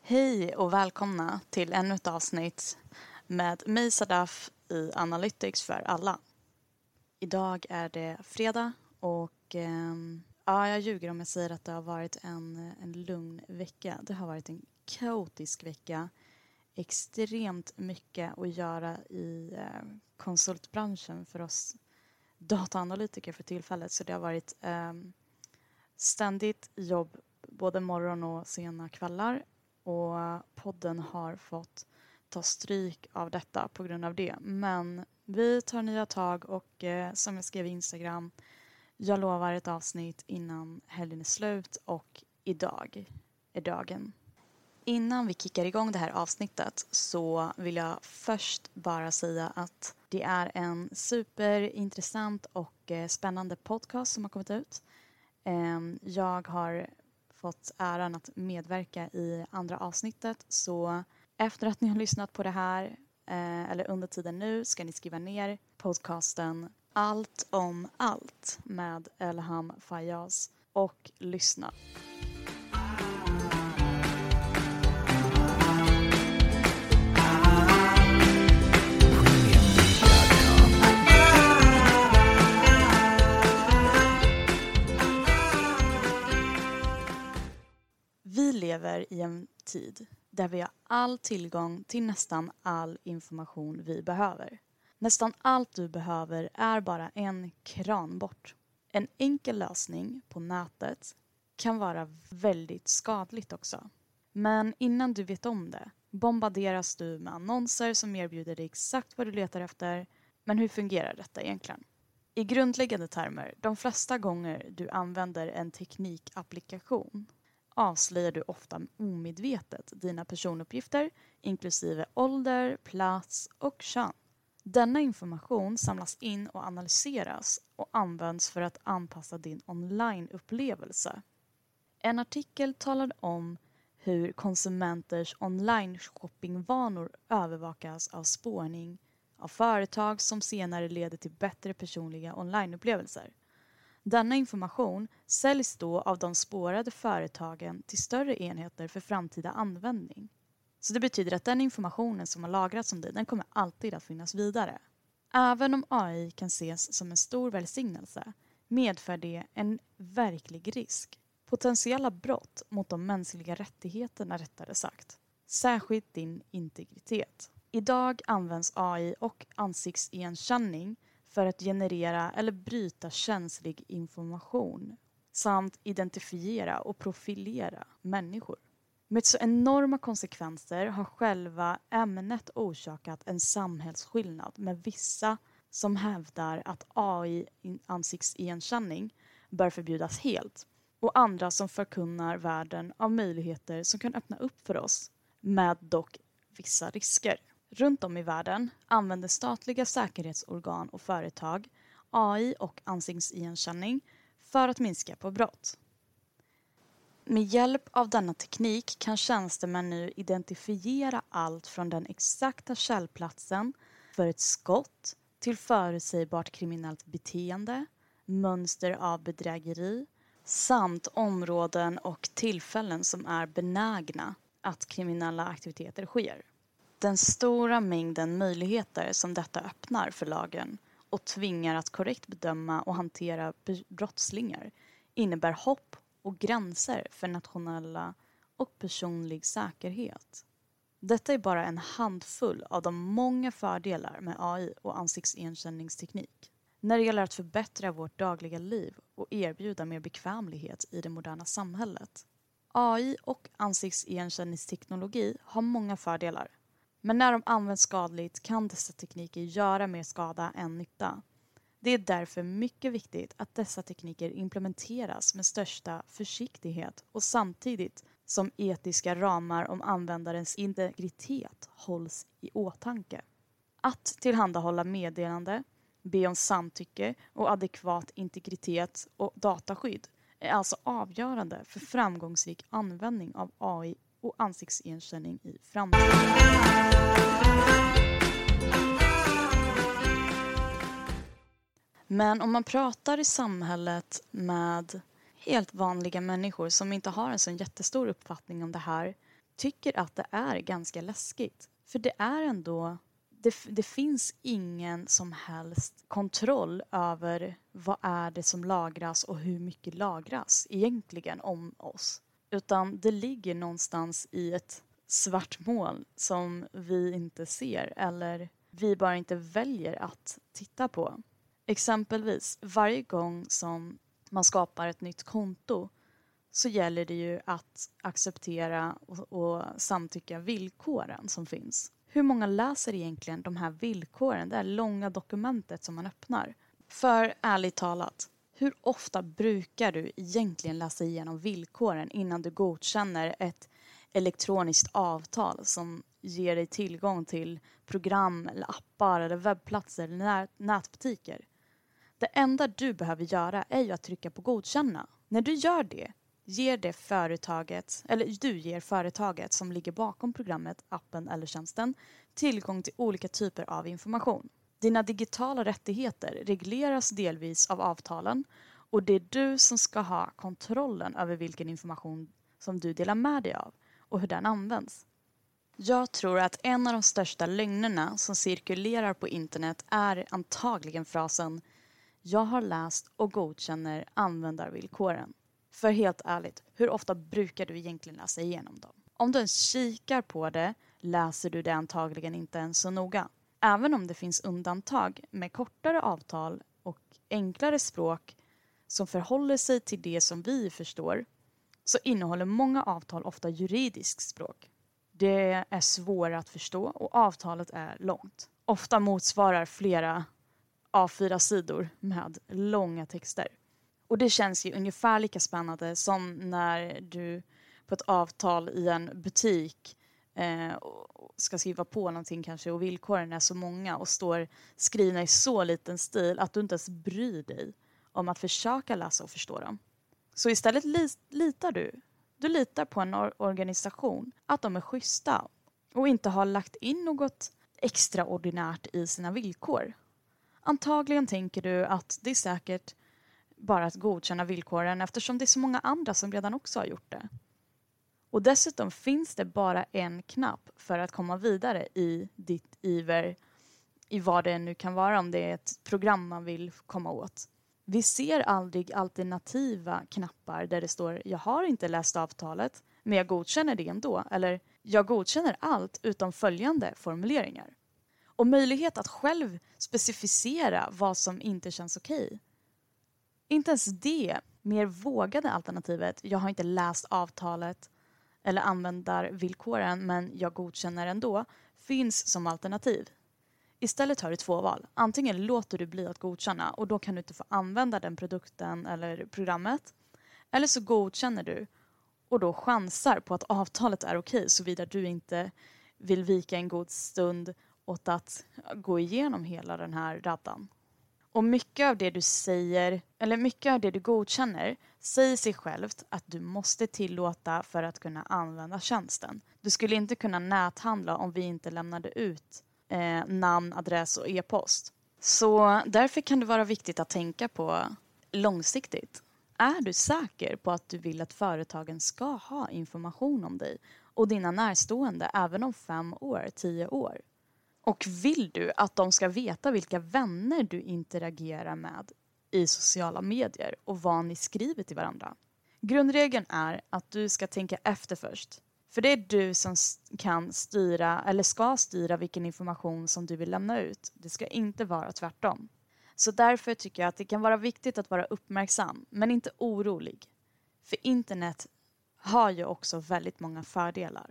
Hej och välkomna till ännu ett avsnitt med mig Sadaf i Analytics för alla. Idag är det fredag och jag ljuger om jag säger att det har varit en lugn vecka. Det har varit en kaotisk vecka. Extremt mycket att göra i konsultbranschen för oss dataanalytiker för tillfället. Så det har varit ständigt jobb både morgon och sena kvällar. Och podden har fått ta stryk av detta på grund av det. Men vi tar nya tag och som jag skrev i Instagram, jag lovar ett avsnitt innan helgen är slut och idag är dagen. Innan vi kickar igång det här avsnittet så vill jag först bara säga att det är en superintressant och spännande podcast som har kommit ut. Jag har fått äran att medverka i andra avsnittet. Så efter att ni har lyssnat på det här eller under tiden nu ska ni skriva ner podcasten Allt om allt med Elham Fayyaz och lyssna. Vi lever i en tid där vi har all tillgång till nästan all information vi behöver. Nästan allt du behöver är bara en kran bort. En enkel lösning på nätet kan vara väldigt skadligt också. Men innan du vet om det bombarderas du med annonser som erbjuder dig exakt vad du letar efter. Men hur fungerar detta egentligen? I grundläggande termer, de flesta gånger du använder en teknikapplikation avslöjar du ofta omedvetet dina personuppgifter inklusive ålder, plats och kön. Denna information samlas in och analyseras och används för att anpassa din online-upplevelse. En artikel talade om hur konsumenters online-shoppingvanor övervakas av spårning av företag som senare leder till bättre personliga online-upplevelser. Denna information säljs då av de spårade företagen till större enheter för framtida användning. Så det betyder att den informationen som har lagrats om dig, den kommer alltid att finnas vidare. Även om AI kan ses som en stor välsignelse medför det en verklig risk. Potentiella brott mot de mänskliga rättigheterna rättare sagt. Särskilt din integritet. Idag används AI och ansiktsigenkänning för att generera eller bryta känslig information samt identifiera och profilera människor. Med så enorma konsekvenser har själva ämnet orsakat en samhällsskillnad med vissa som hävdar att AI-ansiktsigenkänning bör förbjudas helt och andra som förkunnar världen av möjligheter som kan öppna upp för oss med dock vissa risker. Runt om i världen använder statliga säkerhetsorgan och företag AI och ansiktsigenkänning för att minska på brott. Med hjälp av denna teknik kan tjänstemän nu identifiera allt från den exakta källplatsen för ett skott till förutsägbart kriminellt beteende, mönster av bedrägeri samt områden och tillfällen som är benägna att kriminella aktiviteter sker. Den stora mängden möjligheter som detta öppnar för lagen och tvingar att korrekt bedöma och hantera brottslingar innebär hopp och gränser för nationella och personlig säkerhet. Detta är bara en handfull av de många fördelar med AI och ansiktsigenkänningsteknik när det gäller att förbättra vårt dagliga liv och erbjuda mer bekvämlighet i det moderna samhället. AI och ansiktsigenkänningsteknologi har många fördelar. Men när de används skadligt kan dessa tekniker göra mer skada än nytta. Det är därför mycket viktigt att dessa tekniker implementeras med största försiktighet och samtidigt som etiska ramar om användarens integritet hålls i åtanke. Att tillhandahålla meddelande, be om samtycke och adekvat integritet och dataskydd är alltså avgörande för framgångsrik användning av AI och ansiktsigenkänning i framtiden. Men om man pratar i samhället med helt vanliga människor som inte har en så jättestor uppfattning om det här tycker att det är ganska läskigt. För det är ändå, det finns ingen som helst kontroll över vad är det som lagras och hur mycket lagras egentligen om oss. Utan det ligger någonstans i ett svart moln som vi inte ser eller vi bara inte väljer att titta på. Exempelvis, varje gång som man skapar ett nytt konto så gäller det ju att acceptera och samtycka villkoren som finns. Hur många läser egentligen de här villkoren, det här långa dokumentet som man öppnar? För ärligt talat, hur ofta brukar du egentligen läsa igenom villkoren innan du godkänner ett elektroniskt avtal som ger dig tillgång till program eller appar eller webbplatser eller nätbutiker? Det enda du behöver göra är ju att trycka på godkänna. När du gör det, ger företaget som ligger bakom programmet, appen eller tjänsten tillgång till olika typer av information. Dina digitala rättigheter regleras delvis av avtalen och det är du som ska ha kontrollen över vilken information som du delar med dig av och hur den används. Jag tror att en av de största lögnerna som cirkulerar på internet är antagligen frasen "Jag har läst och godkänner användarvillkoren". För helt ärligt, hur ofta brukar du egentligen läsa igenom dem? Om du ens kikar på det läser du det antagligen inte ens så noga. Även om det finns undantag med kortare avtal och enklare språk som förhåller sig till det som vi förstår så innehåller många avtal ofta juridiskt språk. Det är svårt att förstå och avtalet är långt. Ofta motsvarar flera A4-sidor med långa texter. Och det känns ju ungefär lika spännande som när du på ett avtal i en butik ska skriva på någonting kanske och villkoren är så många och står skrivna i så liten stil att du inte ens bryr dig om att försöka läsa och förstå dem. Så istället litar du litar på en organisation att de är schyssta och inte har lagt in något extraordinärt i sina villkor. Antagligen tänker du att det är säkert bara att godkänna villkoren eftersom det är så många andra som redan också har gjort det. Och dessutom finns det bara en knapp för att komma vidare i ditt iver i vad det nu kan vara om det är ett program man vill komma åt. Vi ser aldrig alternativa knappar där det står "Jag har inte läst avtalet men jag godkänner det ändå" eller "Jag godkänner allt utom följande formuleringar". Och möjlighet att själv specificera vad som inte känns okej. Inte ens det mer vågade alternativet "Jag har inte läst avtalet eller använder villkoren men jag godkänner ändå" finns som alternativ. Istället har du två val. Antingen låter du bli att godkänna och då kan du inte få använda den produkten eller programmet. Eller så godkänner du och då chansar på att avtalet är okej såvida du inte vill vika en god stund åt att gå igenom hela den här raddan. Och mycket av det du säger, eller mycket av det du godkänner, säger sig självt att du måste tillåta för att kunna använda tjänsten. Du skulle inte kunna näthandla om vi inte lämnade ut namn, adress och e-post. Så därför kan det vara viktigt att tänka på långsiktigt. Är du säker på att du vill att företagen ska ha information om dig och dina närstående även om 5 år, 10 år? Och vill du att de ska veta vilka vänner du interagerar med i sociala medier och vad ni skriver till varandra? Grundregeln är att du ska tänka efter först. För det är du som kan styra eller ska styra vilken information som du vill lämna ut. Det ska inte vara tvärtom. Så därför tycker jag att det kan vara viktigt att vara uppmärksam men inte orolig. För internet har ju också väldigt många fördelar.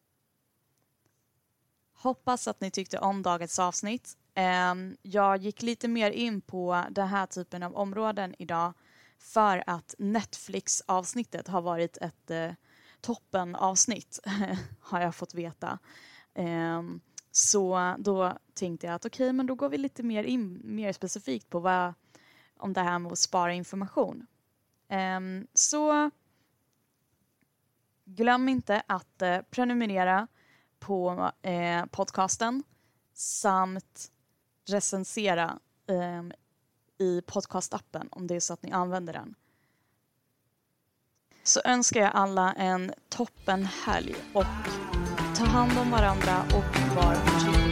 Hoppas att ni tyckte om dagens avsnitt. Jag gick lite mer in på den här typen av områden idag för att Netflix-avsnittet har varit ett toppenavsnitt har jag fått veta. Så då tänkte jag att okej, men då går vi lite mer specifikt på om det här med att spara information. Så glöm inte att prenumerera på podcasten samt recensera i podcastappen om det är så att ni använder den. så önskar jag alla en toppen helg och ta hand om varandra och var försiktiga.